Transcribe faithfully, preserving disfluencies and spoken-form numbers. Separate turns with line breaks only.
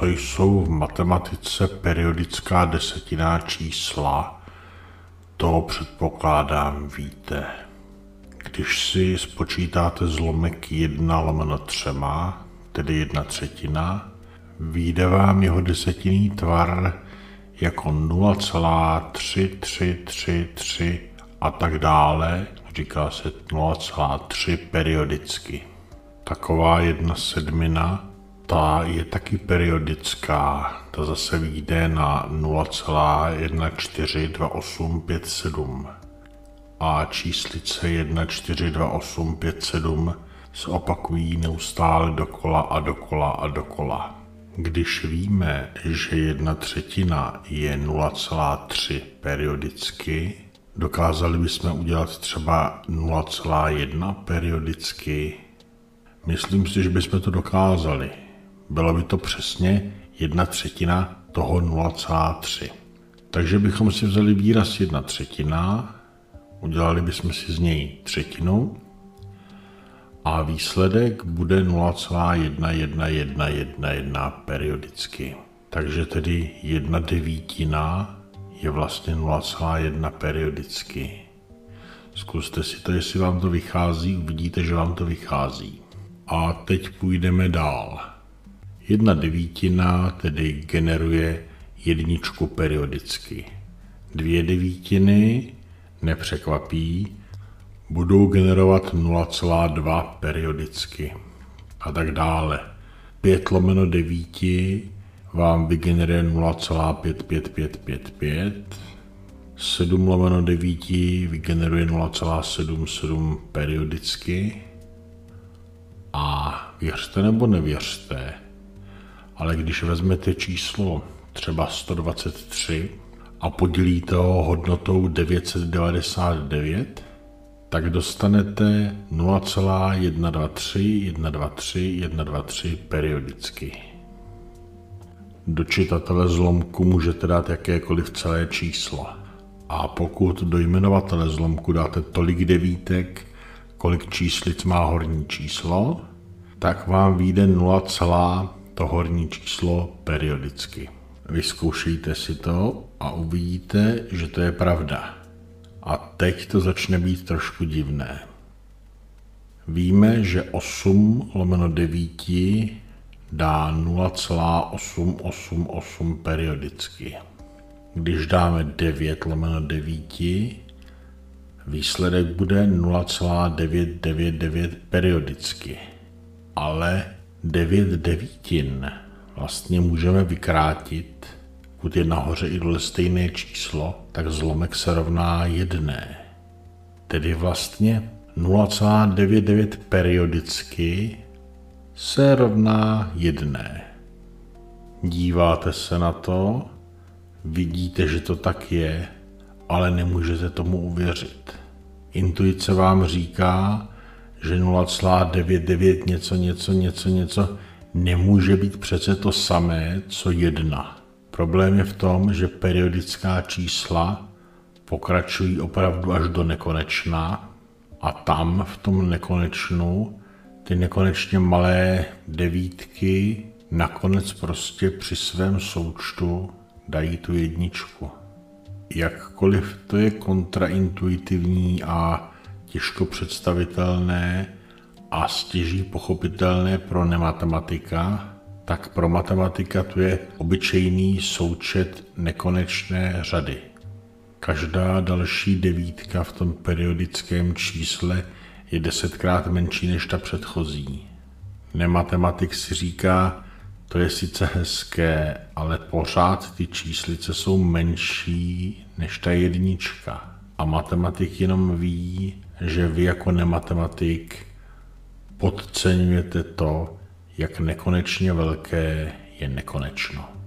Co jsou v matematice periodická desetinná čísla, to předpokládám víte. Když si spočítáte zlomek jedna lomeno třema, tedy jedna třetina, vyjde vám jeho desetinný tvar jako nula celá tři tři tři tři a tak dále, říká se nula celá tři periodicky. Taková jedna sedmina, ta je taky periodická, ta zase vyjde na nula celá jedna čtyři dva osm pět sedm. A číslice jedna čtyři dva osm pět sedm se opakují neustále dokola a dokola a dokola. Když víme, že jedna třetina je nula celá tři periodicky, dokázali bychom udělat třeba nula celá jedna periodicky. Myslím si, že bychom to dokázali. Bylo by to přesně jedna třetina toho nula celá tři. Takže bychom si vzali výraz jedna třetina, udělali bychom si z něj třetinu a výsledek bude nula celá jedna jedna jedna jedna jedna periodicky. Takže tedy jedna devítina je vlastně nula celá jedna periodicky. Zkuste si to, jestli vám to vychází, uvidíte, že vám to vychází. A teď půjdeme dál. Jedna devítina tedy generuje jedničku periodicky. Dvě devítiny, nepřekvapí, budou generovat nula celá dva periodicky a tak dále. pět lomeno devíti vám vygeneruje nula celá pět pět pět pět pět, sedm lomeno devíti vygeneruje nula celá sedm sedm periodicky a věřte nebo nevěřte, ale když vezmete číslo třeba sto dvacet tři a podělíte ho hodnotou devět set devadesát devět, tak dostanete nula celá jedna dva tři jedna dva tři jedna dva tři periodicky. Do čitatele zlomku můžete dát jakékoliv celé číslo. A pokud do jmenovatele zlomku dáte tolik devítek, kolik číslic má horní číslo, tak vám vyjde nula, to horní číslo periodicky. Vyzkoušejte si to a uvidíte, že to je pravda. A teď to začne být trošku divné. Víme, že osm lomeno devíti dá nula celá osm osm osm periodicky. Když dáme devět lomeno devíti, výsledek bude nula celá devět devět devět periodicky. Ale devět devítin vlastně můžeme vykrátit, pokud je nahoře i dole stejné číslo, tak zlomek se rovná jedné. Tedy vlastně nula celá devět devět periodicky se rovná jedné. Díváte se na to, vidíte, že to tak je, ale nemůžete tomu uvěřit. Intuice vám říká, že nula celá devět devět něco, něco, něco, něco nemůže být přece to samé, co jedna. Problém je v tom, že periodická čísla pokračují opravdu až do nekonečna a tam v tom nekonečnu ty nekonečně malé devítky nakonec prostě při svém součtu dají tu jedničku. Jakkoliv to je kontraintuitivní a těžko představitelné a stěží pochopitelné pro nematematika, tak pro matematika to je obyčejný součet nekonečné řady. Každá další devítka v tom periodickém čísle je desetkrát menší než ta předchozí. Nematematik si říká, to je sice hezké, ale pořád ty číslice jsou menší než ta jednička. A matematik jenom ví, že vy jako nematematik podceňujete to, jak nekonečně velké je nekonečno.